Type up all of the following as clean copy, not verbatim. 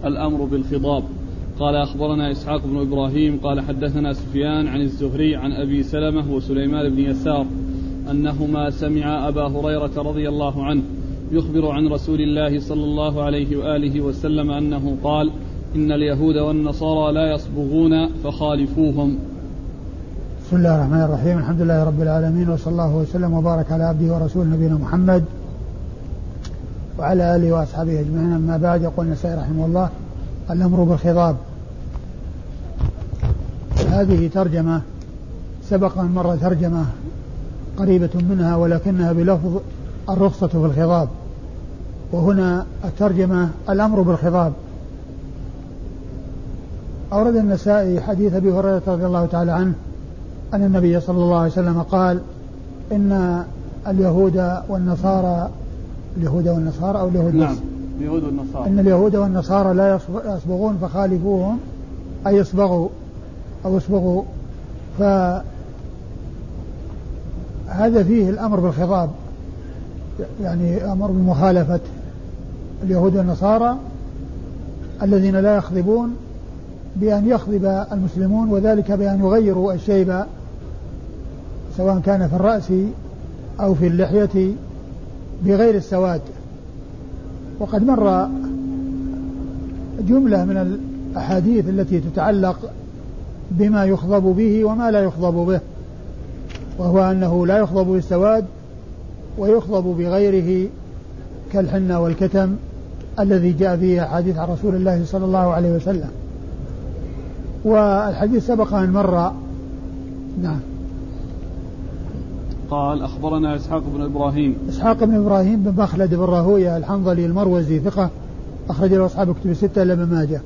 الأمر بالخضاب. قال أخبرنا إسحاق بن إبراهيم قال حدثنا سفيان عن الزهري عن أبي سلمة وسليمان بن يسار أنهما سمع أبا هريرة رضي الله عنه يخبر عن رسول الله صلى الله عليه وآله وسلم أنه قال: إن اليهود والنصارى لا يصبغون فخالفوهم. بسم الله الرحمن الرحيم. الحمد لله رب العالمين، وصلى الله وسلم وبارك على عبده ورسوله نبينا محمد وعلى آله وأصحابه أجمعين. أما بعد، يقول النسائي رحمه الله: الأمر بالخضاب. هذه ترجمة سبق أن مر ترجمة قريبة منها ولكنها بلفظ الرخصة في الخضاب، وهنا الترجمة الأمر بالخضاب. أورد النسائي حديث أبي هريرة رضي الله تعالى عنه أن النبي صلى الله عليه وسلم قال: إن اليهود والنصارى أو اليهود نعم اليهود والنصارى إن اليهود والنصارى لا يصبغون فخالفوهم، أي يصبغوا أو يصبغوا. فهذا فيه الأمر بالخضاب، يعني أمر بمخالفة اليهود والنصارى الذين لا يخضبون، بأن يخضب المسلمون، وذلك بأن يغيروا الشيب سواء كان في الرأس أو في اللحية بغير السواد. وقد مر جملة من الأحاديث التي تتعلق بما يخضب به وما لا يخضب به، وهو أنه لا يخضب بالسواد ويخضب بغيره كالحنة والكتم الذي جاء فيه حديث عن رسول الله صلى الله عليه وسلم. والحديث سبق أن مر. نعم. قال: أخبرنا إسحاق بن إبراهيم بن مخلد بن راهويه الحنظلي المروزي ثقة، أخرج له أصحاب كتب الستة إلا ابن ماجه.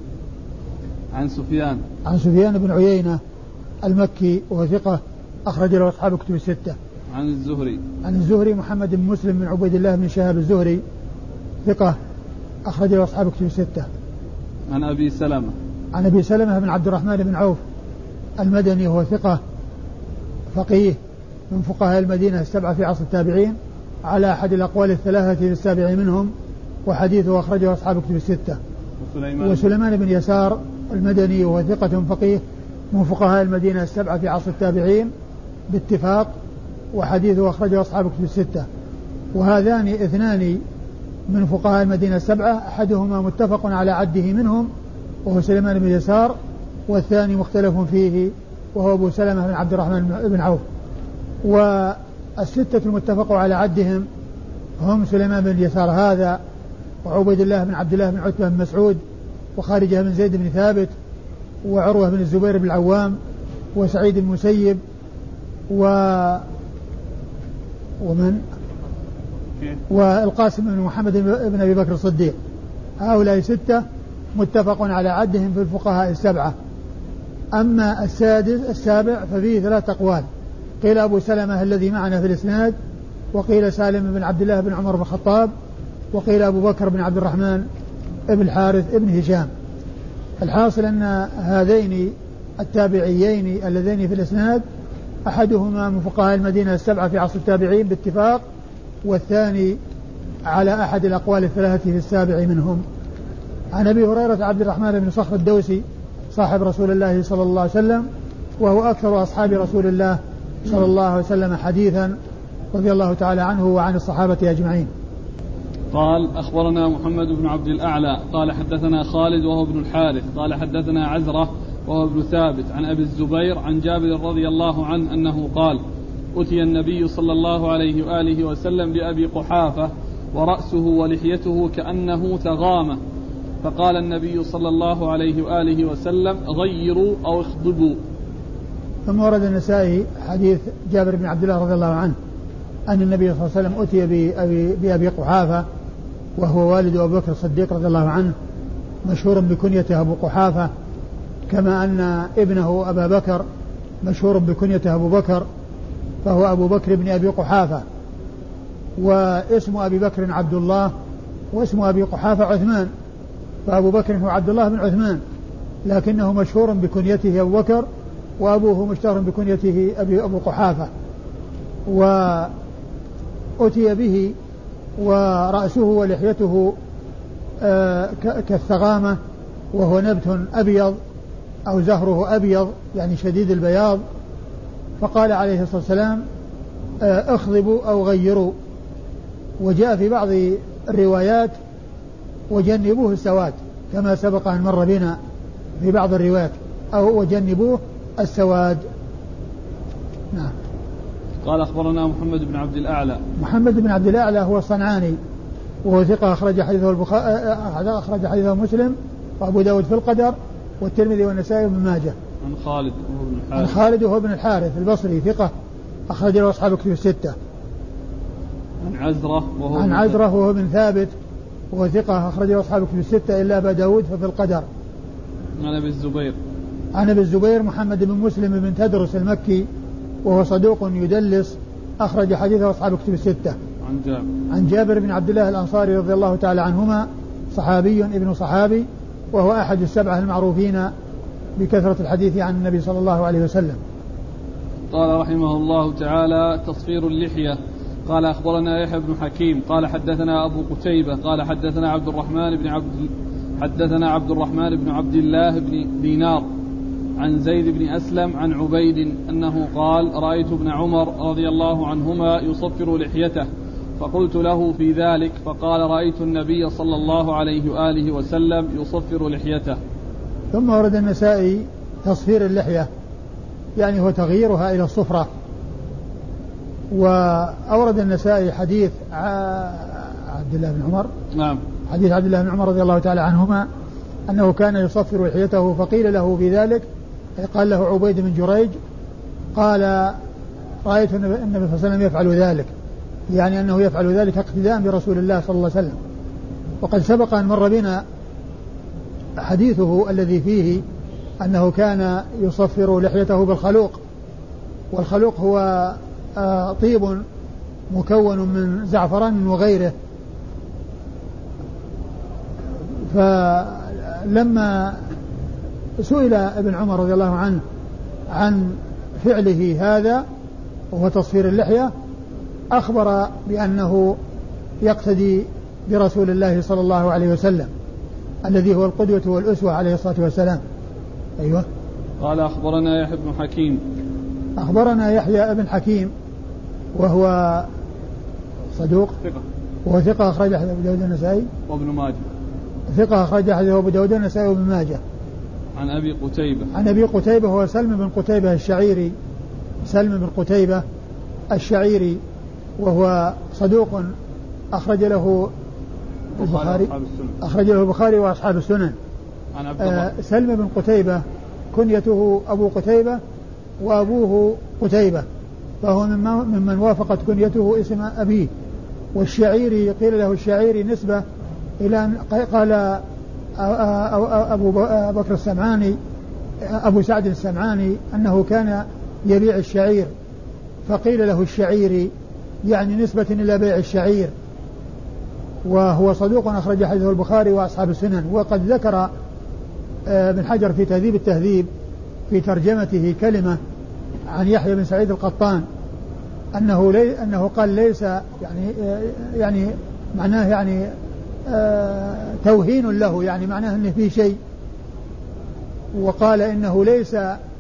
عن سفيان بن عيينة المكي وهو ثقة، أخرج له أصحاب كتب الستة. عن الزهري محمد بن مسلم بن عبيد الله بن شهاب الزهري ثقة، أخرج له أصحاب كتب الستة. عن أبي سلمة بن عبد الرحمن بن عوف المدني وهو ثقة فقيه من فقهاء المدينة السبعة في عصر التابعين، على أحد الأقوال الثلاثة في السابع منهم، وحديثه أخرجه أصحاب كتب الستة. وسليمان بن يسار المدني وهو ثقة فقيه من فقهاء المدينة السبعة في عصر التابعين باتفاق، وحديثه أخرجه أصحاب كتب الستة. وهذان اثنان من فقهاء المدينة السبعة، أحدهما متفق على عده منهم وهو سليمان بن يسار، والثاني مختلف فيه وهو أبو سلمة بن عبد الرحمن بن عوف. والستة المتفق على عدهم هم سليمان بن يسار هذا، وعبيد الله بن عبد الله بن عتبة بن مسعود، وخارجة بن زيد بن ثابت، وعروة بن الزبير بن العوام، وسعيد بن المسيب، والقاسم بن محمد بن أبي بكر الصديق. هؤلاء ستة متفق على عدهم في الفقهاء السبعة. أما السابع ففيه ثلاث أقوال: قيل أبو سلمة الذي معنا في الإسناد، وقيل سالم بن عبد الله بن عمر بن الخطاب، وقيل أبو بكر بن عبد الرحمن بن الحارث بن هشام. الحاصل أن هذين التابعيين اللذين في الإسناد أحدهما من فقهاء المدينة السبعة في عصر التابعين باتفاق، والثاني على أحد الأقوال الثلاثة في السابع منهم. عن أبي هريرة عبد الرحمن بن صخر الدوسي صاحب رسول الله صلى الله عليه وسلم، وهو أكثر أصحاب رسول الله صلى الله عليه وسلم حديثا، رضي الله تعالى عنه وعن الصحابة أجمعين. قال: أخبرنا محمد بن عبد الأعلى قال حدثنا خالد وهو ابن الحارث قال حدثنا عزرة وهو ابن ثابت عن أبي الزبير عن جابر رضي الله عنه أنه قال: أتي النبي صلى الله عليه وآله وسلم بأبي قحافة ورأسه ولحيته كأنه تغامة، فقال النبي صلى الله عليه وآله وسلم: غيروا أو اخضبوا. ثم ورد النسائي حديث جابر بن عبد الله رضي الله عنه أن النبي صلى الله عليه وسلم أتي بأبي قحافة وهو والد أبو بكر الصديق رضي الله عنه، مشهور بكنيته أبو قحافة، كما أن ابنه أبا بكر مشهور بكنيته أبو بكر، فهو أبو بكر بن أبي قحافة، واسم أبي بكر عبد الله، واسم أبي قحافة عثمان، فأبو بكر هو عبد الله بن عثمان، لكنه مشهور بكنيته أبو بكر، وأبوه مشتهر بكنيته أبو قحافة. وأتي به ورأسه ولحيته كالثغامة، وهو نبت أبيض أو زهره أبيض يعني شديد البياض، فقال عليه الصلاة والسلام اخضبوا أو غيروا. وجاء في بعض الروايات وجنبوه السواد كما سبق أن مر بنا في بعض الروايات، أو وجنبوه السواد. نعم. قال أخبرنا محمد بن عبد الأعلى. محمد بن عبد الأعلى هو الصنعاني وهو ثقة أخرج حديثه مسلم وأبو داود في القدر والترمذي والنسائي وابن ماجه. عن خالد وهو ابن الحارث البصري ثقة أخرج له أصحاب الكتب الستة. عن عزرة وهو ابن ثابت وهو ثقة أخرج له أصحاب الكتب الستة إلا أبا داود ففي القدر. عن أبي الزبير محمد بن مسلم بن تدرس المكي وهو صدوق يدلس أخرج حديثه أصحاب الكتب الستة. عن جابر بن عبد الله الأنصاري رضي الله تعالى عنهما صحابي ابن صحابي وهو أحد السبعة المعروفين بكثرة الحديث عن النبي صلى الله عليه وسلم. قال رحمه الله تعالى: تصفير اللحية. قال أخبرنا يحيى بن حكيم قال حدثنا أبو قتيبة قال حدثنا عبد الرحمن بن عبد الله بن دينار عن زيد بن أسلم عن عبيد أنه قال: رأيت ابن عمر رضي الله عنهما يصفر لحيته فقلت له في ذلك فقال: رأيت النبي صلى الله عليه وآله وسلم يصفر لحيته. ثم ورد النسائي تصفير اللحية يعني هو تغييرها إلى الصفرة. وأورد النسائي حديث عبد الله بن عمر. نعم. حديث عبد الله بن عمر رضي الله تعالى عنهما أنه كان يصفر لحيته فقيل له بذلك، قال له عبيد بن جريج قال: رأيت النبي صلى الله عليه وسلم يفعل ذلك، يعني أنه يفعل ذلك اقتداء برسول الله صلى الله عليه وسلم. وقد سبق أن مر بنا حديثه الذي فيه أنه كان يصفر لحيته بالخلوق، والخلوق هو طيب مكون من زعفران وغيره. فلما سئل ابن عمر رضي الله عنه عن فعله هذا وهو تصفير اللحية أخبر بأنه يقتدي برسول الله صلى الله عليه وسلم الذي هو القدوة والأسوة عليه الصلاة والسلام. أيوة. قال أخبرنا يحيى بن حكيم. أخبرنا يحيى بن حكيم وهو صدوق وهو ثقة أخرج حديثه أبو داود النسائي وابن ماجه. ثقة أخرج حديثه أبو داود النسائي وابن ماجه. عن أبي قتيبة. عن أبي قتيبة هو سلم بن قتيبة الشعيري، سلم بن قتيبة الشعيري وهو صدوق أخرج له البخاري وأصحاب السنن. سلم بن قتيبة كنيته أبو قتيبة وأبوه قتيبة، فهو ممن وافقت كنيته اسم أبيه. والشعيري قيل له الشعيري نسبة إلى قال أبو بكر السمعاني أبو سعد السمعاني أنه كان يبيع الشعير فقيل له الشعيري، يعني نسبة إلى بيع الشعير. وهو صدوق أخرج حديثه البخاري وأصحاب السنن. وقد ذكر ابن حجر في تهذيب التهذيب في ترجمته كلمة عن يحيى بن سعيد القطان أنه قال ليس يعني معناه يعني توهين له، يعني معناه أنه في شيء. وقال إنه ليس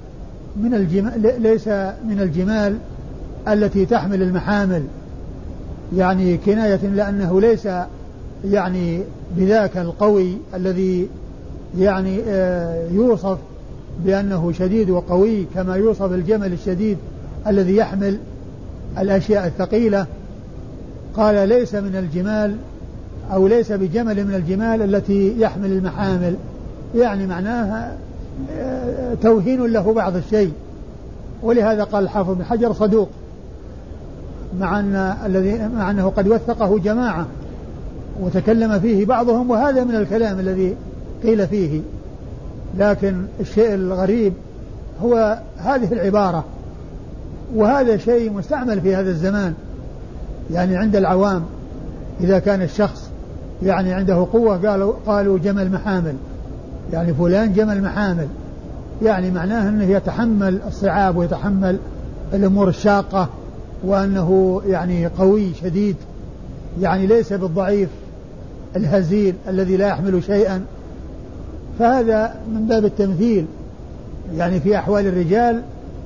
من الجمال التي تحمل المحامل، يعني كناية لأنه ليس يعني بذاك القوي الذي يعني يوصف بأنه شديد وقوي كما يوصف الجمل الشديد الذي يحمل الأشياء الثقيلة. قال ليس من الجمال أو ليس بجمل من الجمال التي يحمل المحامل، يعني معناها توهين له بعض الشيء. ولهذا قال الحافظ بن حجر صدوق، مع أنه قد وثقه جماعة وتكلم فيه بعضهم، وهذا من الكلام الذي قيل فيه. لكن الشيء الغريب هو هذه العبارة، وهذا شيء مستعمل في هذا الزمان يعني عند العوام. إذا كان الشخص يعني عنده قوة قالوا جمل محامل، يعني فلان جمل محامل، يعني معناه أنه يتحمل الصعاب ويتحمل الأمور الشاقة، وأنه يعني قوي شديد، يعني ليس بالضعيف الهزيل الذي لا يحمل شيئا. فهذا من باب التمثيل يعني في أحوال الرجال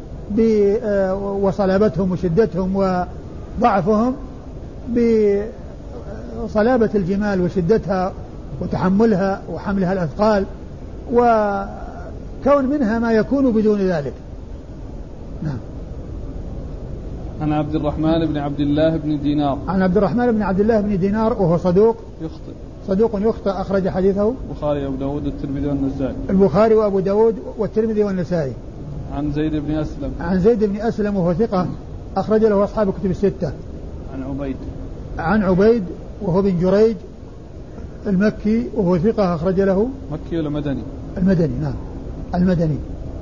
وصلابتهم وشدتهم وضعفهم بصلابة الجمال وشدتها وتحملها وحملها الأثقال، وكون منها ما يكون بدون ذلك. نعم. عن عبد الرحمن بن عبد الله بن دينار. عن عبد الرحمن بن عبد الله بن دينار وهو صدوق يخطئ أخرج حديثه البخاري وأبو داود والترمذي والنسائي. البخاري وأبو داود والترمذي والنسائي. عن زيد بن أسلم. عن زيد بن أسلم وهو ثقة أخرج له أصحاب الكتب الستة. عن عبيد وهو بن جريج المكي وهو ثقة أخرج له. مكي ولا مدني؟ المدني. نعم المدني.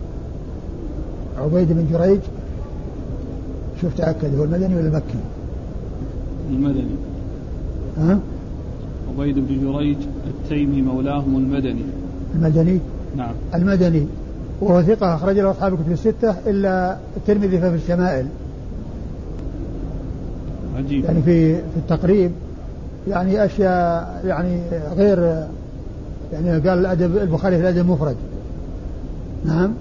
عبيد بن جريج شوف تأكد هو المدني ولا المكي؟ المدني. ها؟ عبيد بن جريج التيمي مولاهم المدني. المدني. نعم المدني وهو ثقة أخرج له أصحاب الكتب الستة إلا الترمذي ففي الشمائل. عجيب. يعني في التقريب يعني أشياء يعني غير يعني قال الأدب البخاري في الأدب المفرد. نعم.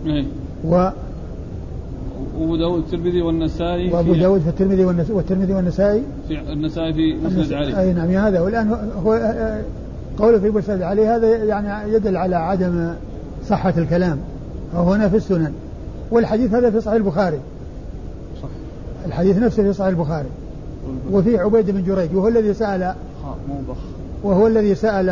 وأبو داود الترمذي والنسائي. وأبو داود في الترمذي والنسائي. في النسائي في مسند علي. أي نعم هذا. والآن هو قوله في مسند علي هذا يعني يدل على عدم صحة الكلام. هنا في السنن والحديث هذا في صحيح البخاري. صح. الحديث نفسه في صحيح البخاري. وفي عبيد بن جريج وهو الذي سأل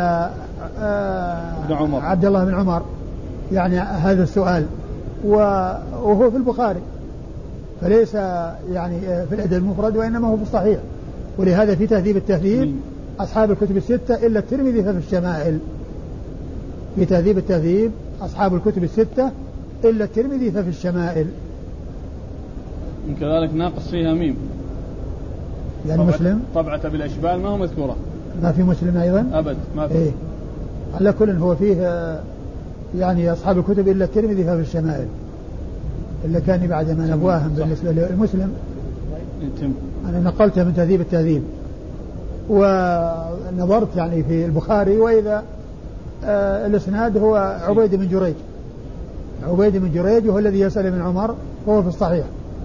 عبد الله بن عمر يعني هذا السؤال وهو في البخاري فليس يعني في الأدب المفرد وإنما هو في الصحيح. ولهذا في تهذيب التهذيب أصحاب الكتب الستة إلا الترمذي ففي الشمائل. في تهذيب التهذيب أصحاب الكتب الستة إلا الترمذي ففي الشمائل. من كذلك ناقص فيها ميم يعني مسلم طبعة بالأشبال ما هو مذكورة. ما في مسلم أيضا أبد ما في. إيه على كل هو فيه يعني أصحاب الكتب إلا الترمذي ففي الشمائل إلا كان بعد ما نبواهم بالنسبة للمسلم. أنا نقلته من تهذيب التهذيب ونظرت يعني في البخاري وإذا الإسناد هو عبيد بن جريج وهو الذي يسأل ابن عمر وهو في الصحيح.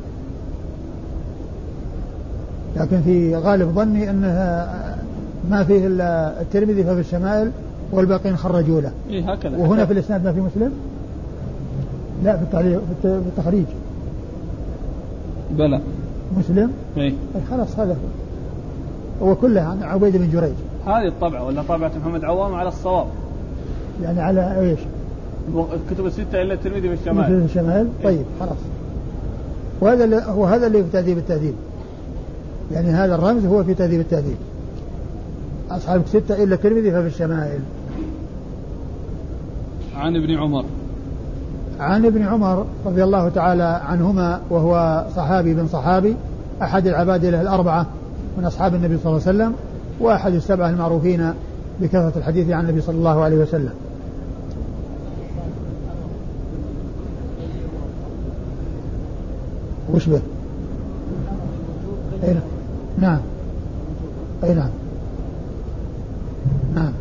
لكن في غالب ظني أنها ما فيه إلا الترمذي ففي الشمائل والباقين خرجوا له. إيه هكذا. وهنا في الإسناد ما في مسلم. لا في التخريج بلى مسلم. إيه خلاص هذا هو كله عن عبيد بن جريج. هذه الطبعة ولا طبعة محمد عوام على الصواب يعني على ايش؟ الكتب الستة إلا الترمذي في الشمال. طيب خلاص. وهذا اللي في تهذيب التهذيب يعني هذا الرمز هو في تهذيب التهذيب أصحاب الستة إلا الترمذي ففي الشمائل. عن ابن عمر رضي الله تعالى عنهما وهو صحابي بن صحابي أحد العبادلة الأربعة من أصحاب النبي صلى الله عليه وسلم وأحد السبعة المعروفين بكثرة الحديث عن النبي صلى الله عليه وسلم. وش به؟ أي نعم. أي نعم. نعم.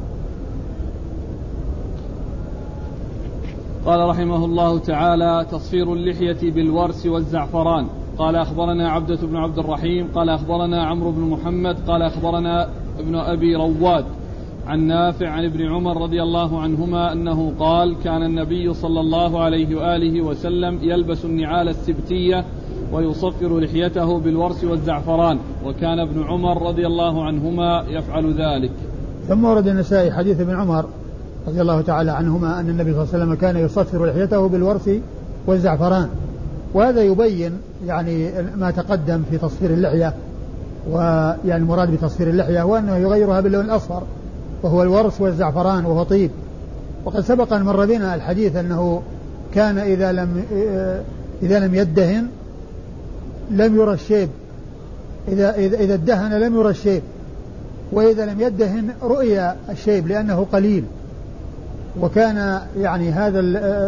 قال رحمه الله تعالى: تصفير اللحية بالورس والزعفران. قال أخبرنا عبدة بن عبد الرحيم قال أخبرنا عمرو بن محمد قال أخبرنا ابن أبي رواد عن نافع عن ابن عمر رضي الله عنهما أنه قال: كان النبي صلى الله عليه وآله وسلم يلبس النعال السبتية ويصفر لحيته بالورس والزعفران، وكان ابن عمر رضي الله عنهما يفعل ذلك. ثم ورد النسائي حديث ابن عمر رضي الله تعالى عنهما أن النبي صلى الله عليه وسلم كان يصفر لحيته بالورس والزعفران، وهذا يبين يعني ما تقدم في تصفير اللحية، ويعني المراد بتصفير اللحية هو أنه يغيرها باللون الأصفر وهو الورس والزعفران وهو طيب. وقد سبق أن مر بنا الحديث أنه كان إذا لم يدهن لم يرى الشيب، إذا ادهن لم يرى الشيب، وإذا لم يدهن رؤيا الشيب لأنه قليل. وكان يعني هذا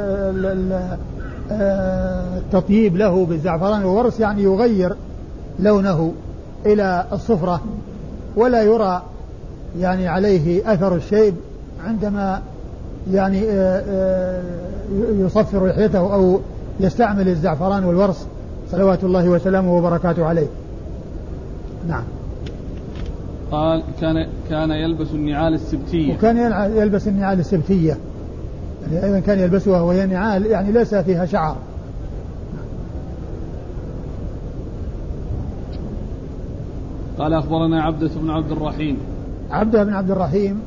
التطييب له بالزعفران والورس يعني يغير لونه إلى الصفرة ولا يرى يعني عليه أثر الشيب عندما يعني يصفر لحيته أو يستعمل الزعفران والورص صلوات الله وسلامه وبركاته عليه. نعم. قال كان يلبس النعال السبتية. وكان يلبس النعال السبتية، يعني أيضا كان يلبسها وهي نعال يعني ليس فيها شعر. قال أخبرنا عبدة بن عبد الرحيم. عبدة بن عبد الرحيم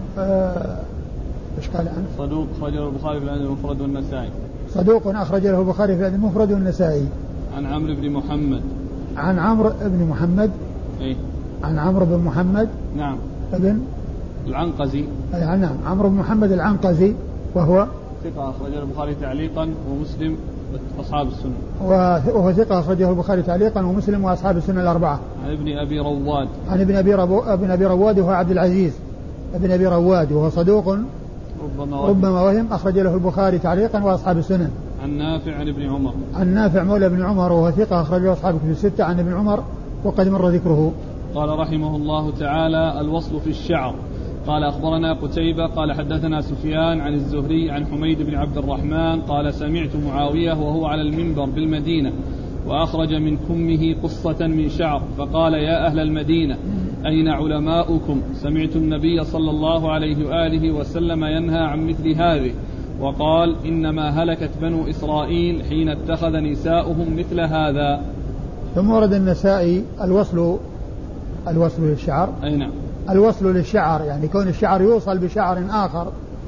ايش قال عنه؟ صدوق أخرج له البخاري في الأدب المفرد والنسائي. صدوق أخرج له البخاري في الأدب المفرد والنسائي. عن عمرو بن محمد. عن عمرو بن محمد. إيه؟ عن عمرو بن محمد. نعم. ابن العنقزي. أي نعم، عمرو بن محمد العنقزي، وهو ثقة أخرجه البخاري تعليقا ومسلم وأصحاب السنة. وهو ثقة أخرجه البخاري تعليقا ومسلم وأصحاب السنة الأربعة. عن ابن أبي رواد. عن ابن أبي رواد وهو عبد العزيز ابن أبي رواد، وهو صدوق ربما وهم، أخرج له البخاري تعليقا وأصحاب السنن. عن نافع عن ابن عمر. عن نافع مولى ابن عمر وهو ثقة أخرجه أصحاب الكتب الستة عن ابن عمر وقد مر ذكره. قال رحمه الله تعالى: الوصل في الشعر. قال أخبرنا قتيبة قال حدثنا سفيان عن الزهري عن حميد بن عبد الرحمن قال: سمعت معاوية وهو على المنبر بالمدينة وأخرج من كمه قصة من شعر فقال: يا أهل المدينة أين علماؤكم؟ سمعت النبي صلى الله عليه وآله وسلم ينهى عن مثل هذه، وقال: إنما هلكت بنو إسرائيل حين اتخذ نساؤهم مثل هذا. ثم ورد النسائي الوصل للشعر. أي نعم. الوصل للشعر يعني كون الشعر يوصل بشعر آخر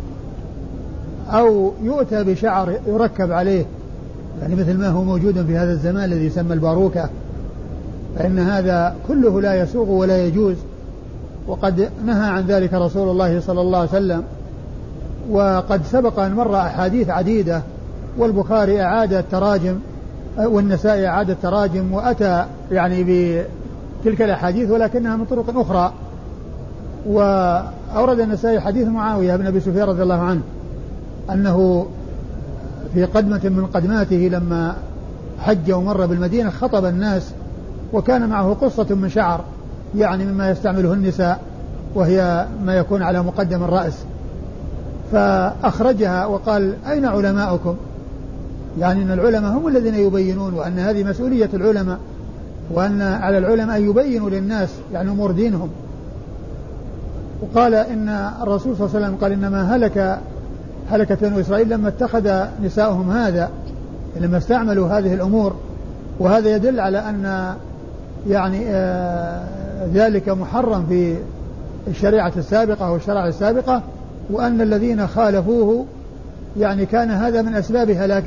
أو يؤتى بشعر يركب عليه، يعني مثل ما هو موجود في هذا الزمان الذي يسمى الباروكة، فإن هذا كله لا يسوغ ولا يجوز، وقد نهى عن ذلك رسول الله صلى الله عليه وسلم. وقد سبق أن مر أحاديث عديدة، والبخاري أعاد التراجم والنسائي أعاد التراجم وأتى يعني بتلك الأحاديث ولكنها من طرق أخرى. وأورد النسائي حديث معاوية بن أبي سفيان رضي الله عنه أنه في قدمة من قدماته لما حج ومر بالمدينة خطب الناس وكان معه قصة من شعر، يعني مما يستعمله النساء، وهي ما يكون على مقدم الرأس، فأخرجها وقال: أين علماؤكم؟ يعني أن العلماء هم الذين يبينون، وأن هذه مسؤولية العلماء، وأن على العلماء أن يبينوا للناس يعني أمور دينهم. وقال إن الرسول صلى الله عليه وسلم قال: إنما هلكت بنو إسرائيل لما اتخذ نساؤهم هذا، لما استعملوا هذه الأمور. وهذا يدل على أن يعني ذلك محرم في الشريعة السابقة والشرائع السابقة، وأن الذين خالفوه يعني كان هذا من أسباب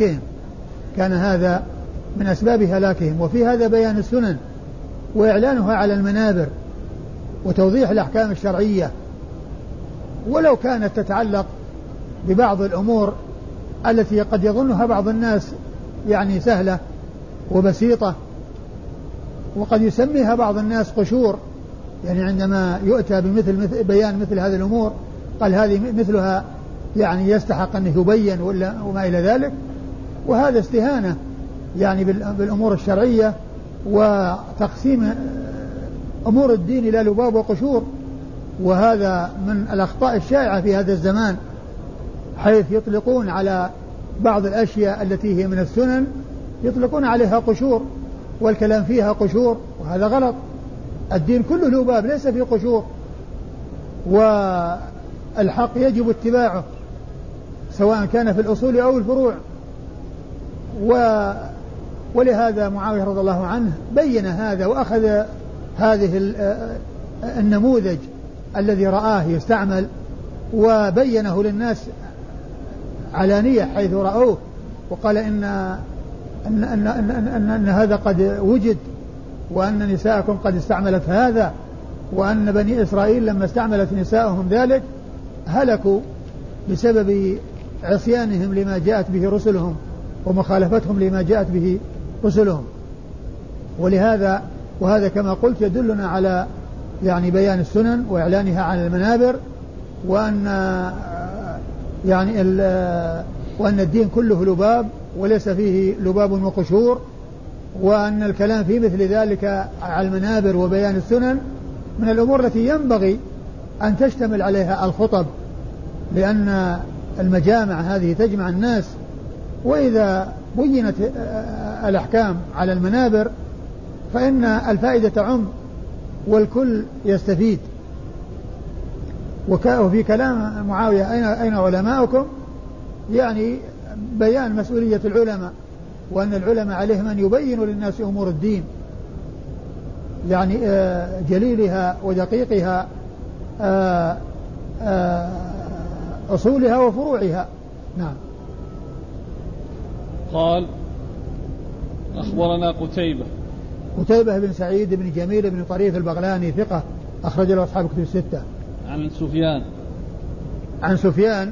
هلاكهم. وفي هذا بيان السنن وإعلانها على المنابر وتوضيح الأحكام الشرعية، ولو كانت تتعلق ببعض الأمور التي قد يظنها بعض الناس يعني سهلة وبسيطة، وقد يسميها بعض الناس قشور، يعني عندما يؤتى بمثل بيان مثل هذه الأمور قال هذه مثلها يعني يستحق أن يبين وما إلى ذلك. وهذا استهانة يعني بالأمور الشرعية وتقسيم أمور الدين إلى لباب وقشور. وهذا من الأخطاء الشائعة في هذا الزمان، حيث يطلقون على بعض الأشياء التي هي من السنن يطلقون عليها قشور والكلام فيها قشور، وهذا غلط. الدين كله لباب ليس فيه قشور، والحق يجب اتباعه سواء كان في الأصول أو الفروع. ولهذا معاوية رضي الله عنه بين هذا وأخذ هذه النموذج الذي رآه يستعمل وبينه للناس علانية حيث رأوه، وقال إن هذا قد وجد، وأن نساءكم قد استعملت هذا، وأن بني إسرائيل لما استعملت نساءهم ذلك هلكوا بسبب عصيانهم لما جاءت به رسلهم ومخالفتهم لما جاءت به رسلهم. وهذا كما قلت يدلنا على يعني بيان السنن وإعلانها على المنابر، وأن الدين كله لباب وليس فيه لباب وقشور، وأن الكلام في مثل ذلك على المنابر وبيان السنن من الأمور التي ينبغي أن تشتمل عليها الخطب، لأن المجامع هذه تجمع الناس، وإذا بينت الأحكام على المنابر فإن الفائدة تعم والكل يستفيد. وفي كلام معاوية أين علماؤكم، يعني بيان مسؤولية العلماء، وأن العلماء عليهم أن يبينوا للناس أمور الدين، يعني جليلها ودقيقها، أصولها وفروعها. نعم. قال أخبرنا قتيبة بن سعيد بن جميل بن طريف البغلاني ثقة أخرج له أصحاب الكتب الستة. عن سفيان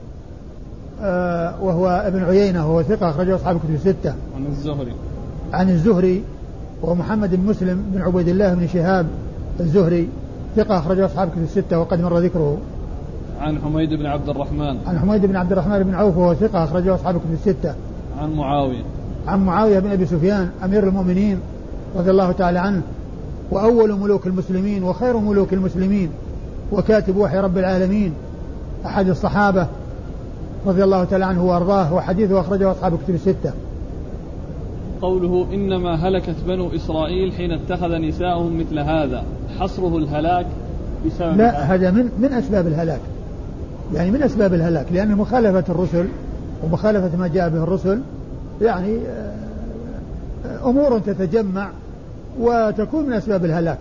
وهو ابن عيينة وهو ثقة أخرج له أصحاب الكتب الستة. عن الزهري ومحمد بن مسلم بن عبيد الله بن شهاب الزهري ثقة أخرج له أصحاب الكتب الستة وقد مر ذكره. عن حميد بن عبد الرحمن بن عوف وهو ثقة أخرج له أصحاب الكتب الستة. عن معاوية بن أبي سفيان أمير المؤمنين رضي الله تعالى عنه، وأول ملوك المسلمين وخير ملوك المسلمين وكاتب وحي رب العالمين، أحد الصحابة رضي الله تعالى عنه وأرضاه، وحديثه أخرجه أصحاب الكتب الستة. قوله إنما هلكت بنو إسرائيل حين اتخذ نساءهم مثل هذا، حصره الهلاك بسبب؟ لا، هذا من أسباب الهلاك، يعني من أسباب الهلاك، لأن مخالفة الرسل ومخالفة ما جاء به الرسل يعني أمور تتجمع وتكون من أسباب الهلاك.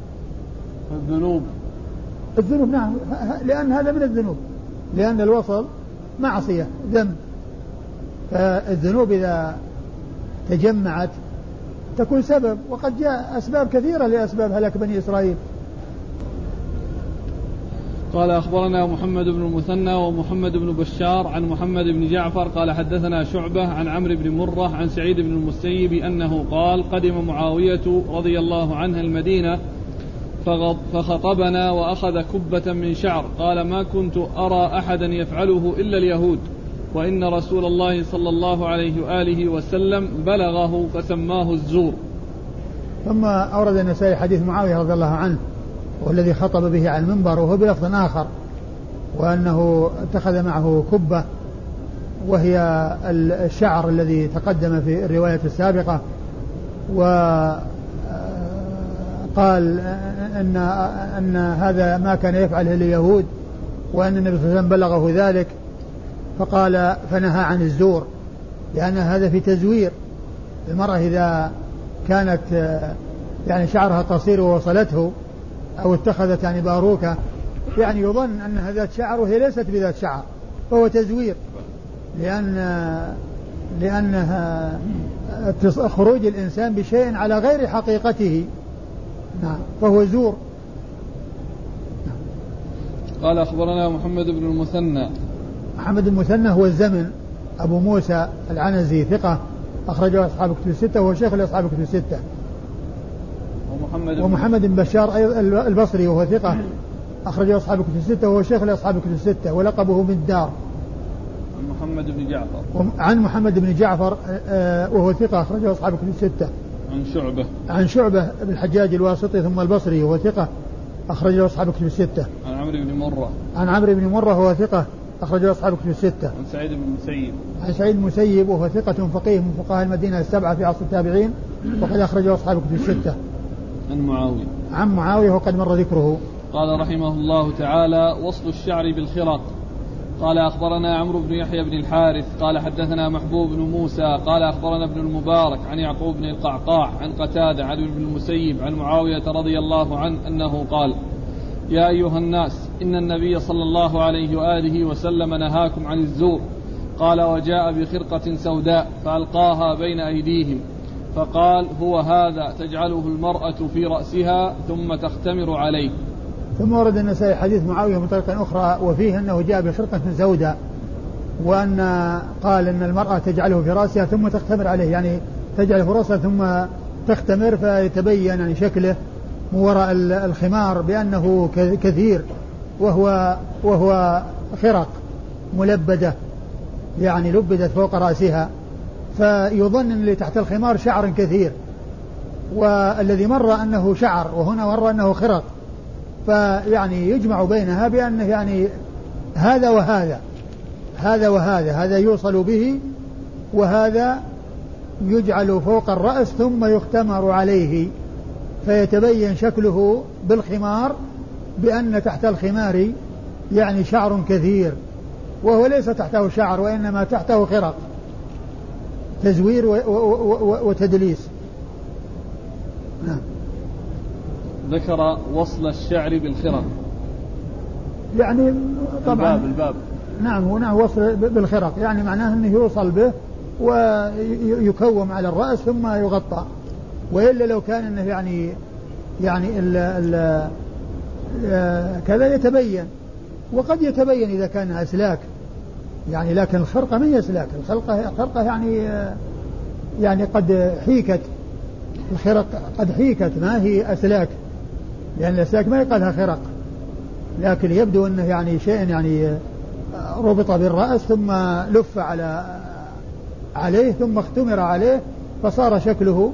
الذنوب نعم، لأن هذا من الذنوب، لأن الوصل معصية ذنب، فالذنوب إذا تجمعت تكون سبب، وقد جاء أسباب كثيرة لأسباب هلاك بني إسرائيل. قال أخبرنا محمد بن المثنى ومحمد بن بشار عن محمد بن جعفر قال حدثنا شعبة عن عمرو بن مرة عن سعيد بن المسيب أنه قال قدم معاوية رضي الله عنه المدينة فخطبنا وأخذ كبة من شعر، قال ما كنت أرى أحدا يفعله إلا اليهود، وإن رسول الله صلى الله عليه وآله وسلم بلغه فسماه الزور. ثم أورد النسائي حديث معاوية رضي الله عنه والذي خطب به على المنبر، وهو بلفظ آخر، وأنه اتخذ معه كبة وهي الشعر الذي تقدم في الرواية السابقة، وقال أن هذا ما كان يفعله اليهود، وأن النبي صلى الله عليه وسلم بلغه ذلك، فقال فنهى عن الزور، لأن هذا في تزوير. المرأة إذا كانت يعني شعرها قصير ووصلته أو اتخذت يعني باروكة، يعني يظن أنها ذات شعر وهي ليست بذات شعر، فهو تزوير، لأنها خروج الإنسان بشيء على غير حقيقته، نعم، فهو زور. قال أخبرنا محمد بن المثنى هو الزمن أبو موسى العنزي ثقة أخرجه أصحاب الكتب الستة وهو شيخ لأصحاب الكتب الستة. ومحمد بن بشار البصري وهو ثقة أخرجه أصحاب الكتب الستة وهو شيخ لأصحاب الكتب الستة ولقبه من الدار. عن محمد بن جعفر وهو ثقة أخرجه أصحاب الكتب الستة. عن شعبة بن الحجاج الواسطي ثم البصري وهو ثقة أخرجه أصحاب الكتب الستة. عن عمرو بن مرة وهو ثقة أخرجه أصحاب الكتب الستة. عن سعيد بن المسيب وهو ثقة فقيه من فقهاء المدينة السبعة في عصر التابعين وقد أخرجه أصحاب الكتب الستة. عن معاوية وقد مر ذكره. قال رحمه الله تعالى: وصل الشعر بالخرق. قال أخبرنا عمرو بن يحيى بن الحارث قال حدثنا محبوب بن موسى قال أخبرنا ابن المبارك عن يعقوب بن القعقاع عن قتادة عن ابن المسيب عن معاوية رضي الله عنه أنه قال: يا أيها الناس إن النبي صلى الله عليه وآله وسلم نهاكم عن الزور. قال: وجاء بخرقة سوداء فألقاها بين أيديهم فقال: هو هذا تجعله المرأة في رأسها ثم تختمر عليه. ثم ورد النسائي حديث معاوية من طريق أخرى وفيه أنه جاء بخرقة سوداء، وأن قال أن المرأة تجعله في رأسها ثم تختمر عليه، يعني تجعله في رأسها ثم تختمر فيتبين يعني شكله من وراء الخمار بأنه كثير، وهو خرق ملبدة، يعني لبدت فوق رأسها، فيظن أن اللي تحت الخمار شعر كثير، والذي مر أنه شعر وهنا مر أنه خرق، فيعني يجمع بينها بأنه يعني هذا وهذا، هذا وهذا، هذا يوصل به وهذا يجعل فوق الرأس ثم يختمر عليه فيتبين شكله بالخمار بأن تحت الخمار يعني شعر كثير، وهو ليس تحته شعر وإنما تحته خرق، تزوير وتدليس. نعم. ذكر وصل الشعر بالخرق، يعني طبعا الباب. نعم، هنا وصل بالخرق يعني معناه أنه يوصل به ويكوم على الرأس ثم يغطى، وإلا لو كان أنه يعني كذا يتبين، وقد يتبين إذا كان أسلاك يعني، لكن الخرقة من يسلاك، الخرقة يعني قد حيكت، الخرق قد حيكت ما هي أسلاك، لأن الأسلاك ما يقالها خرق، لكن يبدو أنه يعني شيء يعني ربط بالرأس ثم لف عليه ثم اختمر عليه فصار شكله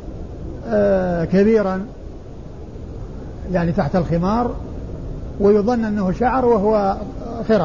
كبيرا يعني تحت الخمار، ويظن أنه شعر وهو خرق.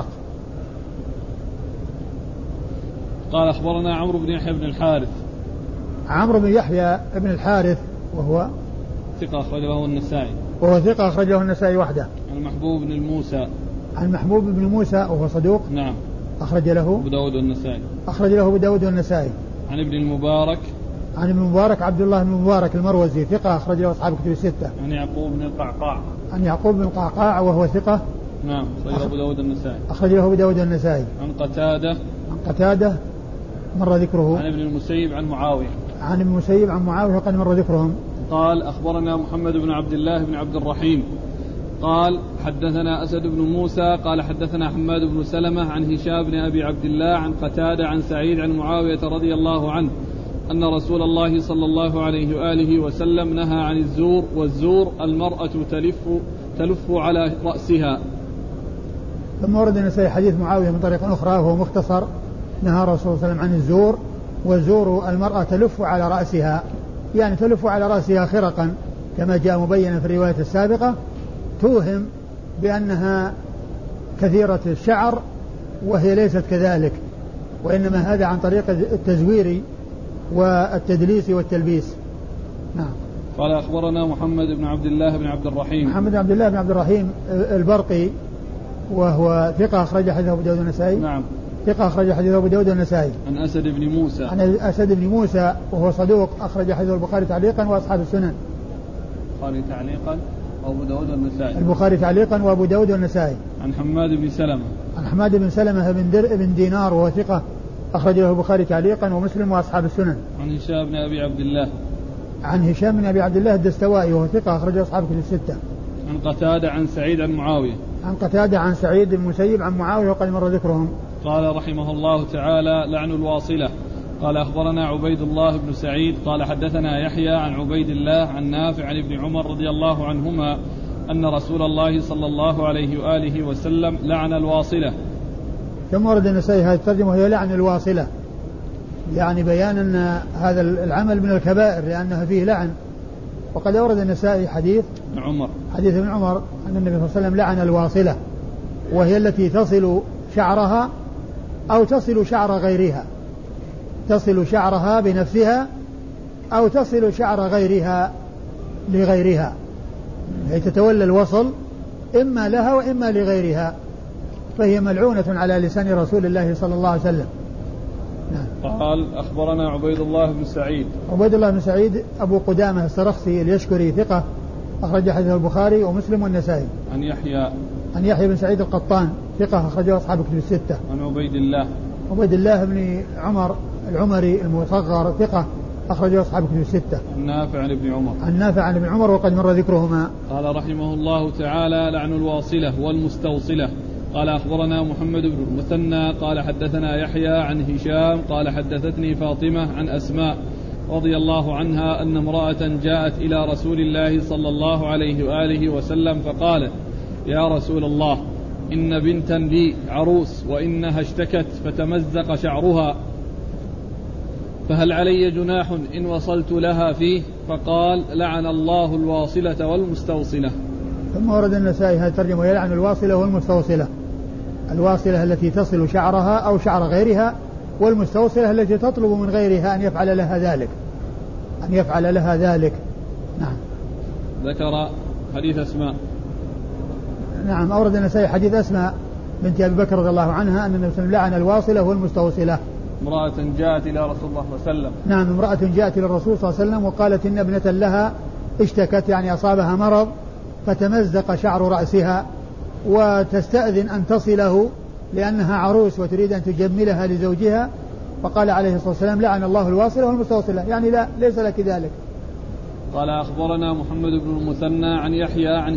قال أخبرنا عمرو بن يحيى بن الحارث. عمرو بن يحيى بن الحارث وهو ثقة أخرجه النسائي. وهو ثقة أخرجه النسائي وحده. عن محبوب بن الموسى. عن محبوب بن موسى وهو صدوق. نعم. أخرج له أبو داود والنسائي. أخرج له أبو داود والنسائي. عن ابن المبارك. عن ابن المبارك عبد الله بن المبارك المروزي ثقة أخرج له أصحاب كتب الستة. عن يعقوب بن القعقاع. عن يعقوب بن القعقاع وهو ثقة. نعم. أخرج له أبو داود النسائي. أخرج له أبو داود النسائي. عن قتادة. عن قتادة مر ذكره. عن ابن المسيب عن معاوية. عن ابن المسيب عن معاوية وقد مر ذكرهم. قال أخبرنا محمد بن عبد الله بن عبد الرحيم قال حدثنا أسد بن موسى قال حدثنا حماد بن سلمة عن هشام بن أبي عبد الله عن قتادة عن سعيد عن معاوية رضي الله عنه أن رسول الله صلى الله عليه وآله وسلم نهى عن الزور، والزور المرأة تلف على رأسها. ثم ورد النسائي حديث معاوية من طريق أخرى وهو مختصر، نهى الرسول صلى الله عليه وسلم عن الزور، والزور المرأة تلف على رأسها، يعني تلف على رأسها خرقا كما جاء مبينا في الرواية السابقة، توهم بأنها كثيرة الشعر وهي ليست كذلك، وإنما هذا عن طريق التزوير والتدليس والتلبيس. نعم. قال أخبرنا محمد بن عبد الله بن عبد الرحيم. محمد بن عبد الله بن عبد الرحيم البرقي وهو ثقة أخرج حديثه أبو داود النسائي. نعم. ثقة أخرج حديثه أبو داود النسائي. عن أسد بن موسى. عن أسد بن موسى وهو صدوق أخرج حديثه البخاري تعليقا وأصحاب السنن. البخاري تعليقا وأبو داود والنسائي. البخاري تعليقا وأبو داود والنسائي. عن حماد بن سلمة. عن حماد بن سلمة بن دينار وهو ثقة أخرج له البخاري تعليقا ومسلم وأصحاب السنن. عن هشام بن أبي عبد الله. عن هشام بن أبي عبد الله الدستوائي وهو ثقة أخرج أصحاب كتب الستة. عن قتادة عن سعيد عن معاوية. عن قتادة عن سعيد بن المسيب عن معاوية وقد مر ذكرهم. قال رحمه الله تعالى لعن الواصلة. قال أخبرنا عبيد الله بن سعيد قال حدثنا يحيى عن عبيد الله عن نافع عن ابن عمر رضي الله عنهما أن رسول الله صلى الله عليه وآله وسلم لعن الواصلة. ثم ورد النسائي هذه الترجمة وهي لعن الواصلة، يعني بيان أن هذا العمل من الكبائر لأنه فيه لعن. وقد أورد النسائي حديث ابن عمر أن النبي صلى الله عليه وسلم لعن الواصلة، وهي التي تصل شعرها أو تصل شعر غيرها، تصل شعرها بنفسها أو تصل شعر غيرها لغيرها، هي تتولى الوصل إما لها وإما لغيرها، فهي ملعونة على لسان رسول الله صلى الله عليه وسلم. نعم. قال أخبرنا عبيد الله بن سعيد. عبيد الله بن سعيد أبو قدامة السرخسي اليشكري ثقة أخرج حديث البخاري ومسلم والنسائي. عن يحيى بن سعيد القطان ثقة أخرجه أصحاب كتب الستة. عن عبيد الله بن عمر العمري المصغر ثقة أخرجه أصحاب كتب الستة. عن نافع عن ابن عمر وقد مر ذكرهما. قال رحمه الله تعالى لعن الواصلة والمستوصلة. قال أخبرنا محمد بن المثنى قال حدثنا يحيى عن هشام قال حدثتني فاطمة عن أسماء رضي الله عنها أن امرأة جاءت إلى رسول الله صلى الله عليه وآله وسلم فقالت يا رسول الله إن بنتا لي عروس وإنها اشتكت فتمزق شعرها فهل علي جناح إن وصلت لها فيه؟ فقال لعن الله الواصلة والمستوصلة. ثم ورد النسائي هذه الترجمة يلعن الواصلة والمستوصلة. الواصلة التي تصل شعرها أو شعر غيرها، والمستوصلة التي تطلب من غيرها أن يفعل لها ذلك. نعم. ذكر حديث أسماء. نعم، أورد النسائي حديث أسماء بنت أبي بكر رضي الله عنها أن النبي صلى الله عليه وسلم لعن الواصلة والمستوصلة. امرأة جاءت إلى رسول الله صلى الله عليه وسلم. نعم، امرأة جاءت إلى الرسول صلى الله عليه وسلم وقالت إن ابنة لها اشتكت، يعني أصابها مرض فتمزق شعر رأسها، وتستأذن أن تصله لأنها عروس وتريد أن تجملها لزوجها، فقال عليه الصلاة والسلام لعن الله الواصلة والمستوصلة، يعني لا ليس لك ذلك. قال أخبرنا محمد بن المثنى عن يحيى عن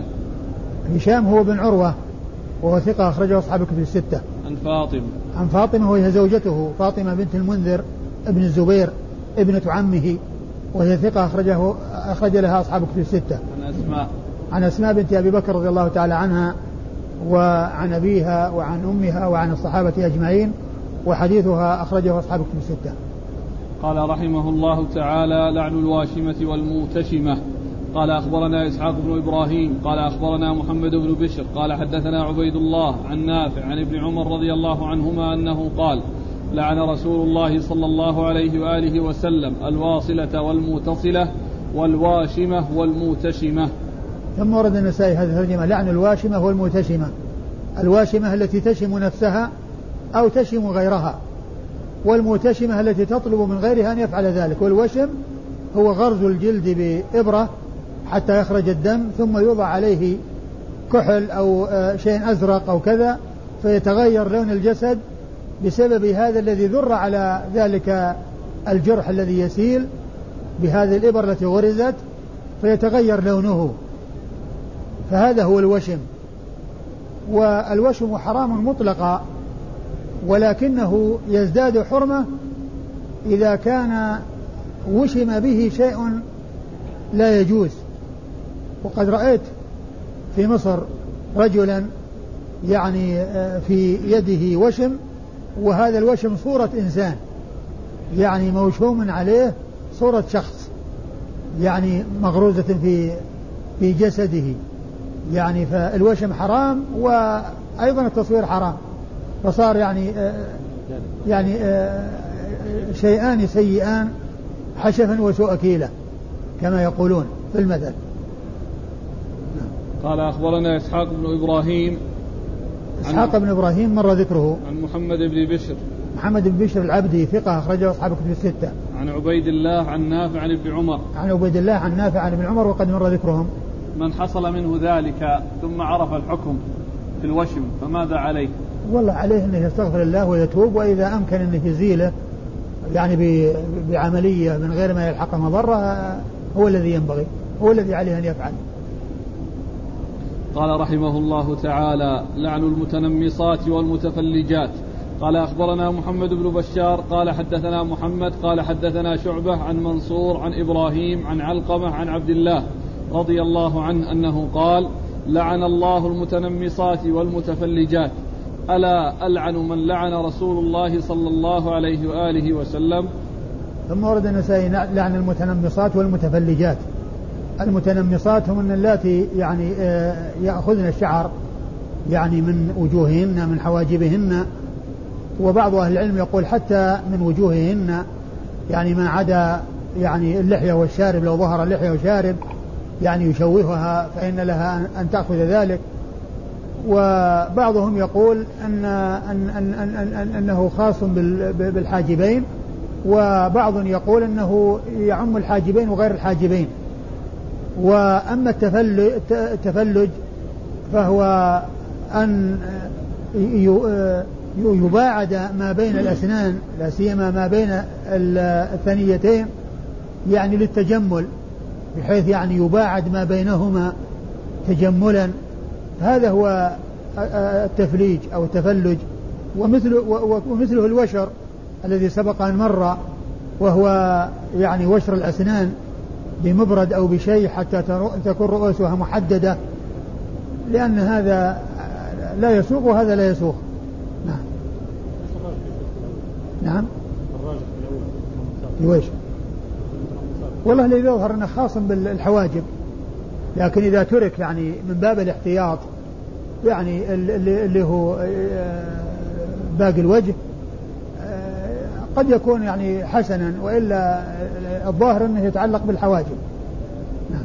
هشام هو بن عروة وهو ثقة أخرجه أصحاب الكتب الستة. عن فاطمة وهي زوجته فاطمة بنت المنذر ابن الزبير ابنة عمه، وهي ثقة أخرج لها أصحاب الكتب الستة. عن أسماء بنت أبي بكر رضي الله تعالى عنها وعن أبيها وعن أمها وعن الصحابة أجمعين، وحديثها أخرجه أصحاب الكتب الستة. قال رحمه الله تعالى لعن الواشمة والموتشمة. قال أخبرنا إسحاق بن إبراهيم قال أخبرنا محمد بن بشر قال حدثنا عبيد الله عن نافع عن ابن عمر رضي الله عنهما أنه قال لعن رسول الله صلى الله عليه وآله وسلم الواصلة والموتصلة والواشمة والموتشمة. ثم ورد النسائي هذه الترجمة لعن الواشمة والموتشمة. الواشمة التي تشم نفسها أو تشم غيرها، والموتشمة التي تطلب من غيرها أن يفعل ذلك. والوشم هو غرز الجلد بإبرة حتى يخرج الدم، ثم يوضع عليه كحل أو شيء أزرق أو كذا، فيتغير لون الجسد بسبب هذا الذي ذر على ذلك الجرح الذي يسيل بهذه الإبر التي غرزت، فيتغير لونه، فهذا هو الوشم. والوشم حرام مطلقا، ولكنه يزداد حرمة إذا كان وشم به شيء لا يجوز. وقد رأيت في مصر رجلا يعني في يده وشم، وهذا الوشم صورة إنسان، يعني موشوم عليه صورة شخص، يعني مغروزة في جسده، يعني فالوشم حرام وأيضا التصوير حرام، فصار يعني شيئان سيئان حشفا وسوء كيلة كما يقولون في المثل. قال أخبرنا إسحاق بن إبراهيم. إسحاق بن إبراهيم مر ذكره. عن محمد بن بشر. محمد بن بشر العبدي ثقة أخرجه أصحاب الكتب الستة. عن عبيد الله عن نافع عن ابن عمر. عن عبيد الله عن نافع عن ابن عمر وقد مر ذكرهم. من حصل منه ذلك ثم عرف الحكم في الوشم فماذا عليه؟ والله عليه أنه يستغفر الله ويتوب، وإذا أمكن أنه يزيله يعني بعملية من غير ما يلحق مضرة هو الذي ينبغي، هو الذي عليه أن يفعل. قال رحمه الله تعالى لعن المتنمصات والمتفلجات. قال أخبرنا محمد بن بشار قال حدثنا محمد قال حدثنا شعبة عن منصور عن إبراهيم عن علقمة عن عبد الله رضي الله عنه أنه قال لعن الله المتنمصات والمتفلجات. ألا ألعن من لعن رسول الله صلى الله عليه وآله وسلم. ثم ورد النسائي لعن المتنمصات والمتفلجات. المتنمصات هم اللاتي يعني يأخذن الشعر يعني من وجوههن من حواجبهن، وبعض أهل العلم يقول حتى من وجوههن، يعني ما عدا يعني اللحية والشارب، لو ظهر اللحية والشارب يعني يشوهها فإن لها أن تأخذ ذلك. وبعضهم يقول أنه خاص بالحاجبين، وبعض يقول أنه يعم الحاجبين وغير الحاجبين. وأما التفلج فهو أن يباعد ما بين الأسنان، لا سيما ما بين الثنيتين، يعني للتجمل، بحيث يعني يباعد ما بينهما تجملا. هذا هو التفليج أو التفلج. ومثله الوشر الذي سبق أن مر، وهو يعني وشر الأسنان بمبرد أو بشيء حتى تكون رؤوسها محددة، لأن هذا لا يسوق وهذا لا يسوق. نعم. نعم. يويش والله الذي يظهر أنه خاص بالحواجب، لكن إذا ترك يعني من باب الاحتياط يعني اللي هو باقي الوجه قد يكون يعني حسنا، وإلا الظاهر أنه يتعلق بالحواجب. نعم.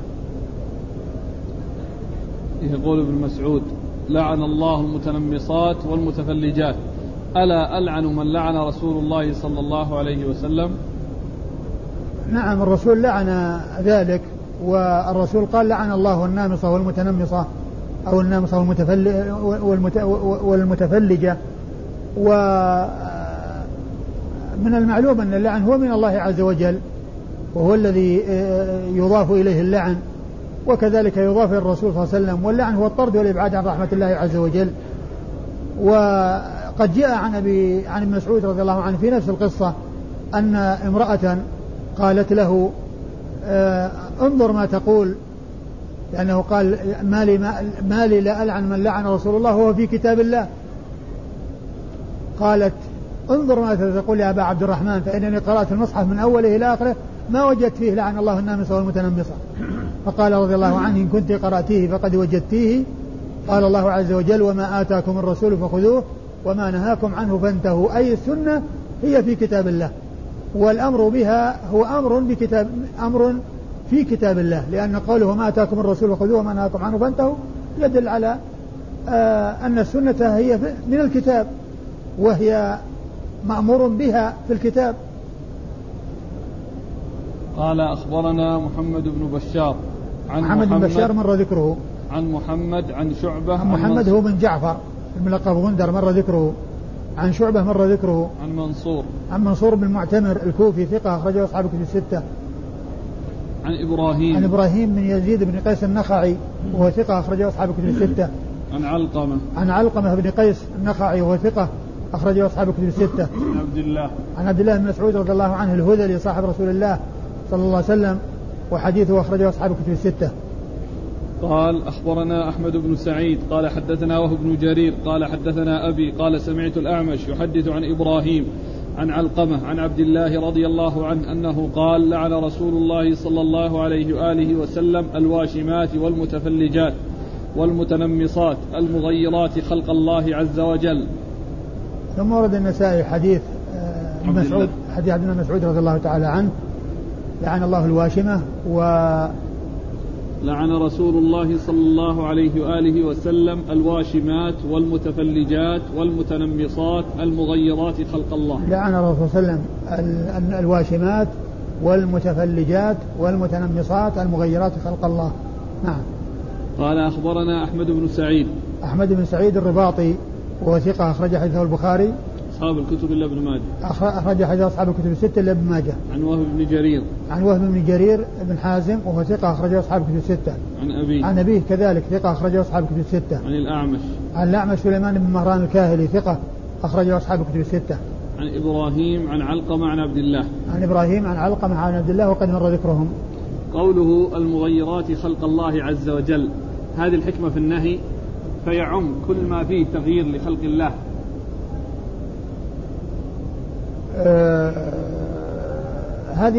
يقول ابن مسعود: لعن الله المتنمصات والمتفلجات، ألا ألعن من لعن رسول الله صلى الله عليه وسلم؟ نعم، الرسول لعن ذلك، والرسول قال: لعن الله النامصة والمتنمصة أو النامصة والمتفلجة. ومن المعلوم أن اللعن هو من الله عز وجل، وهو الذي يضاف إليه اللعن، وكذلك يضاف إلى الرسول صلى الله عليه وسلم. واللعن هو الطرد والإبعاد عن رحمة الله عز وجل. وقد جاء عن ابن مسعود رضي الله عنه في نفس القصة أن امرأة قالت له: انظر ما تقول، لأنه قال: ما لي لا ألعن من لعن رسول الله وهو في كتاب الله. قالت: انظر ما تقول يا أبا عبد الرحمن، فإنني قرأت المصحف من أوله إلى آخره ما وجدت فيه لعن الله النامصة والمتنمصة. فقال رضي الله عنه: إن كنت قرأتيه فقد وجدتيه. قال الله عز وجل: وما آتاكم الرسول فخذوه وما نهاكم عنه فانتهوا. أي السنة هي في كتاب الله، والأمر بها هو أمر في كتاب الله، لأن قوله وما آتاكم الرسول فخذوه وما نهاكم عنه فانتهوا يدل على أن السنة هي من الكتاب، وهي مأمور بها في الكتاب. قال: أخبرنا محمد بن بشار عن محمد بن بشار مر ذكره. عن محمد عن شعبة. عن محمد هو بن جعفر الملقب غندر مر ذكره. عن شعبة مر ذكره. عن منصور بن معتمر الكوفي ثقة أخرجه أصحاب الكتب الستة. عن إبراهيم بن يزيد بن قيس النخعي وهو ثقة أخرجه أصحاب الكتب الستة. عن علقمة بن قيس النخعي وهو ثقة أخرجه أصحاب الكتب الستة. عن عبد الله بن مسعود رضي الله عنه الهذلي صاحب رسول الله صلى الله عليه وسلم، وحديثه أخرجه أصحاب الكتب الستة. قال: أخبرنا أحمد بن سعيد قال حدثنا وهب بن جرير قال حدثنا أبي قال سمعت الأعمش يحدث عن إبراهيم عن علقمة عن عبد الله رضي الله عنه أنه قال: لعن رسول الله صلى الله عليه وآله وسلم الواشمات والمتفلجات والمتنمصات المغيرات خلق الله عز وجل. ثم ورد النسائي حديث مسعود، حديث عبد الله مسعود رضي الله تعالى عنه: لعن الله الواشمة لعن رسول الله صلى الله عليه وآله وسلم الواشمات والمتفلجات والمتنمصات المغيرات خلق الله. لعن الرسول صلى الله عليه وسلم الواشمات والمتفلجات والمتنمصات المغيرات خلق الله. نعم. قال: أخبرنا أحمد بن سعيد الرباطي وهو ثقة أخرج حديثه البخاري أصحاب الكتب إلا ابن ماجه. أخرج حديث أصحاب الكتب الستة إلا ابن ماجه. عن وهب بن جرير بن حازم وهو ثقة أخرجه أصحاب الكتب الستة. عن أبيه كذلك ثقة أخرجه أصحاب الكتب الستة. عن الأعمش سليمان بن مهران الكاهلي ثقة أخرجه أصحاب الكتب الستة. عن إبراهيم عن علقمة عن عبد الله وقد مر ذكرهم. قوله المغيرات خلق الله عز وجل، هذه الحكمة في النهي فيعم كل ما فيه تغيير لخلق الله. هذه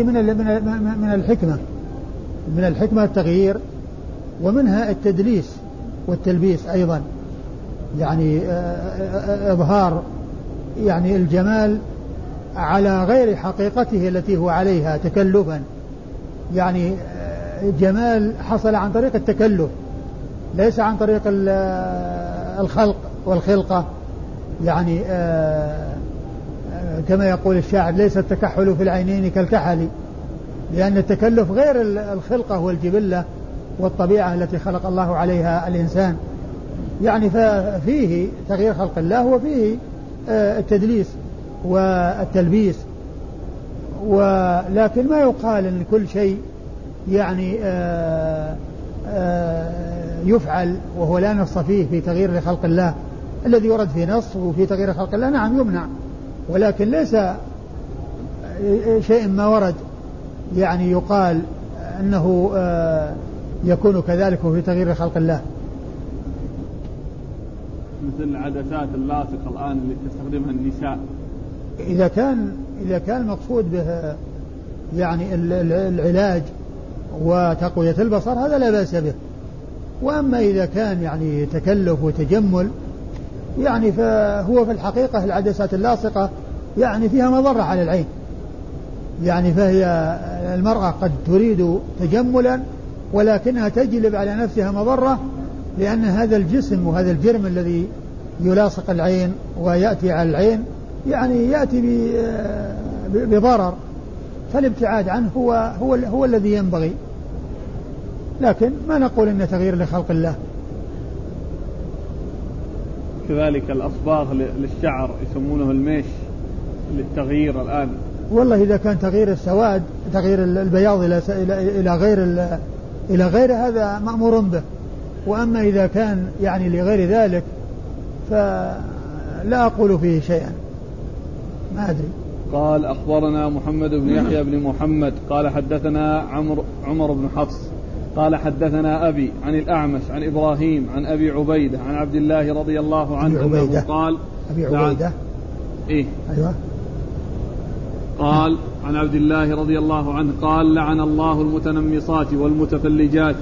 من الحكمة التغيير، ومنها التدليس والتلبيس أيضا، يعني إظهار يعني الجمال على غير حقيقته التي هو عليها تكلفا، يعني جمال حصل عن طريق التكلف ليس عن طريق الخلق والخلقة، يعني كما يقول الشاعر: ليس التكحل في العينين كالكحل، لأن التكلف غير الخلقة والجبلة والطبيعة التي خلق الله عليها الإنسان، يعني ففيه تغيير خلق الله وفيه التدليس والتلبيس. ولكن ما يقال أن كل شيء يعني يفعل وهو لا نص فيه في تغيير خلق الله. الذي ورد فيه نص وفي تغيير خلق الله نعم يمنع، ولكن ليس شيء ما ورد يعني يقال أنه يكون كذلك في تغيير خلق الله. مثل العدسات اللاصقة الآن اللي تستخدمها النساء، إذا كان المقصود به يعني العلاج وتقوية البصر هذا لا بأس به، وأما إذا كان يعني تكلف وتجمل يعني فهو في الحقيقة العدسات اللاصقة يعني فيها مضرة على العين، يعني فهي المرأة قد تريد تجملا ولكنها تجلب على نفسها مضرة، لأن هذا الجسم وهذا الجرم الذي يلاصق العين ويأتي على العين يعني يأتي بضرر، فالابتعاد عنه هو الذي ينبغي، لكن ما نقول إن تغيير لخلق الله. كذلك الأصباغ للشعر يسمونه الميش للتغيير الآن. والله إذا كان تغيير السواد تغيير البياض إلى غير هذا مأمور به، وأما إذا كان يعني لغير ذلك فلا أقول فيه شيئا، ما أدري. قال أخبرنا محمد بن يحيى بن محمد قال حدثنا عمر بن حفص قال حدثنا أبي عن الأعمش عن إبراهيم عن أبي عبيدة عن عبد الله رضي الله عنه أنه قال أبي عبيدة إيه أيوة قال عن عبد الله رضي الله عنه قال لعن الله المتنمصات والمتفلجات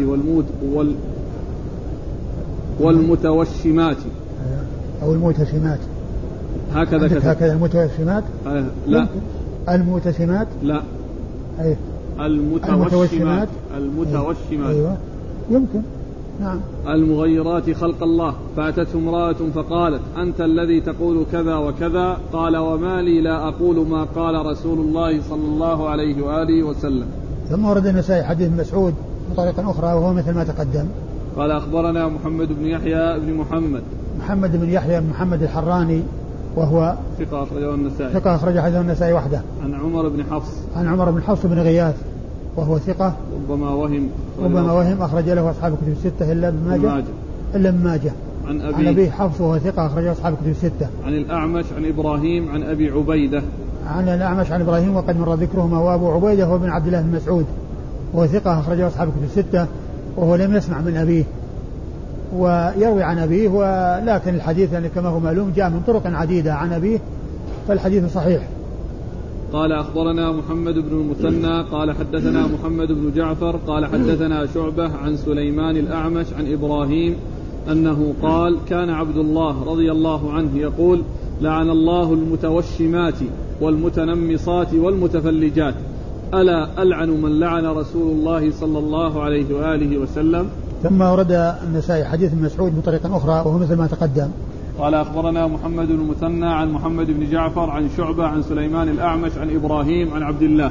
والمتوشمات أو المتشمات، هكذا المتوشمات لا المتشمات لا أيه المتوشمات أيوة يمكن نعم. المغيرات خلق الله. فأتته امرأة فقالت أنت الذي تقول كذا وكذا، قال وما لي لا أقول ما قال رسول الله صلى الله عليه وآله وسلم. ثم ورد النسائي حديث مسعود بطريقة أخرى وهو مثل ما تقدم. قال أخبرنا محمد بن يحيى بن محمد بن يحيى بن محمد الحراني وهو ثقة أخرجه النسائي. ثقة أخرج حديث النسائي وحده. عن عمر بن حفص بن غياث وهو ثقة ربما وهم أخرج له أصحاب الكتب الستة إلا ابن ماجه. عن أبي حفص وهو ثقة أخرج أصحاب الكتب الستة. عن الأعمش عن إبراهيم عن أبي عبيدة. عن الأعمش عن إبراهيم وقد مر ذكرهما، وأبو عبيدة هو بن عبد الله بن مسعود وهو ثقة أخرج أصحاب الكتب الستة، وهو لم يسمع من أبيه ويروي عن أبيه، ولكن الحديث يعني كما هو معلوم جاء من طرق عديدة عن أبيه، فالحديث صحيح. قال أخبرنا محمد بن المثنى قال حدثنا محمد بن جعفر قال حدثنا شعبة عن سليمان الأعمش عن إبراهيم أنه قال كان عبد الله رضي الله عنه يقول لعن الله المتوشمات والمتنمصات والمتفلجات، ألا ألعن من لعن رسول الله صلى الله عليه وآله وسلم. ثم ورد النسائي حديث مسعود بطريقة أخرى وهو مثل ما تقدم. قال أخبرنا محمد بن المثنى عن محمد بن جعفر عن شعبة عن سليمان الأعمش عن إبراهيم عن عبد الله.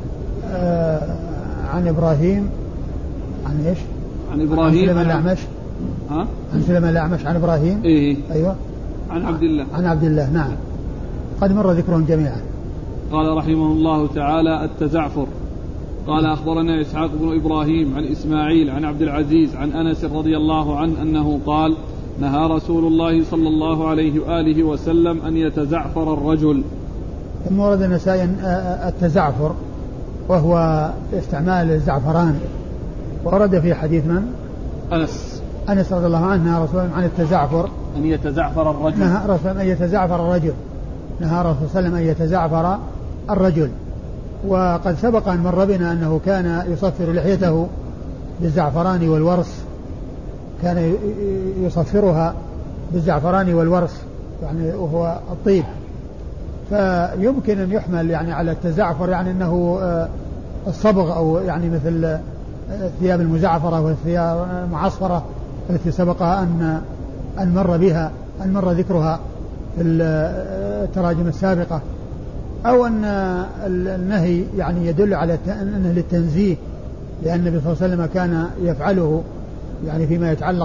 عن إبراهيم عن إيش؟ عن إبراهيم عن سليمان الأعمش. عن سليمان الأعمش عن إبراهيم. إيه؟ أيوة. عن عبد الله. عن عبد الله نعم. قد مر ذكرهم جميعا. قال رحمه الله تعالى التزعفر. قال أخبرنا إسحاق بن إبراهيم عن إسماعيل عن عبد العزيز عن أنس رضي الله عنه أنه قال نهى رسول الله صلى الله عليه وآله وسلم أن يتزعفر الرجل. ثم ورد النسائي التزعفر وهو استعمال الزعفران، ورد في حديث من؟ أنس رضي الله عنه نهى رسول الله عن التزعفر أن يتزعفر الرجل. نهى رسول الله أن يتزعفر الرجل. نهى رسول الله أن يتزعفر الرجل. وقد سبق أن مر بنا أنه كان يصفر لحيته بالزعفران والورس، كان يصفرها بالزعفران والورس يعني وهو الطيب، فيمكن أن يحمل يعني على التزعفر يعني أنه الصبغ أو يعني مثل الثياب المزعفرة والثياب المعصفرة التي سبق أن مر ذكرها في التراجم السابقة، أو أن النهي يعني يدل على أنه للتنزيه، لأن النبي صلى الله عليه وسلم كان يفعله يعني فيما يتعلق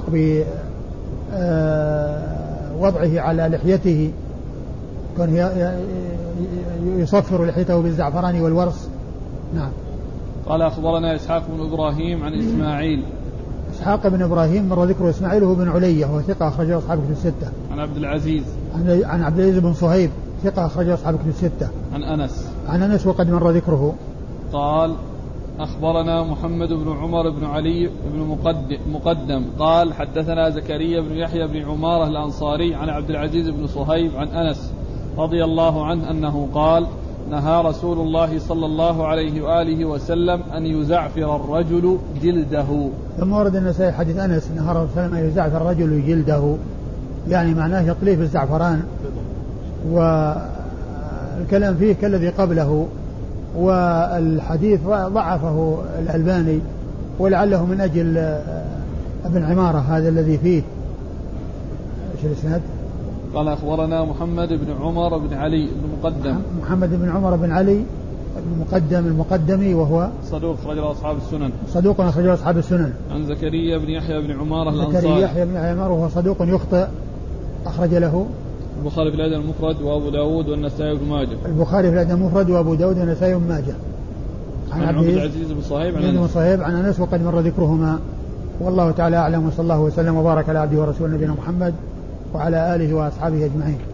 بوضعه على لحيته، كان يصفر لحيته بالزعفران والورس. نعم. قال أخبرنا إسحاق بن إبراهيم عن إسماعيل. إسحاق بن إبراهيم مر ذكره إسماعيل هو بن علية وهو ثقة أخرجه أصحاب الكتب الستة. عن عبد العزيز. عن عبد العزيز بن صهيب ثقة أخرجه أصحاب الكتب الستة. عن أنس وقد مر ذكره. قال أخبرنا محمد بن عمر بن علي بن مقدم قال حدثنا زكريا بن يحيى بن عمارة الأنصاري عن عبد العزيز بن صهيب عن أنس رضي الله عنه أنه قال نهى رسول الله صلى الله عليه وآله وسلم أن يزعفر الرجل جلده. ثم ورد النسائي حديث أنس نهى الرسول صلى الله عليه وسلم أن يزعفر الرجل جلده، يعني معناه يطليه بالزعفران، والكلام فيه كالذي قبله، والحديث ضعفه الألباني ولعله من أجل ابن عمارة هذا الذي فيه. ايش الاسناد؟ قال أخبرنا محمد بن عمر بن علي بن مقدم. محمد بن عمر بن علي بن مقدم المقدمي، وهو صدوق أخرج له أصحاب السنن. صدوق أخرج له أصحاب السنن. عن زكريا بن يحيى بن عمارة الأنصاري. زكريا يحيى بن عمارة وهو صدوق يخطئ، أخرج له البخاري في الأدب المفرد وأبو داود والنسائي وابن ماجه. البخاري في الأدب المفرد وأبو داود والنسائي وابن ماجه. عن عبد العزيز بن صهيب عن أنس وقد مر ذكرهما. والله تعالى أعلم، وصلى الله وسلم وبارك على عبده ورسوله نبينا محمد وعلى آله وأصحابه أجمعين.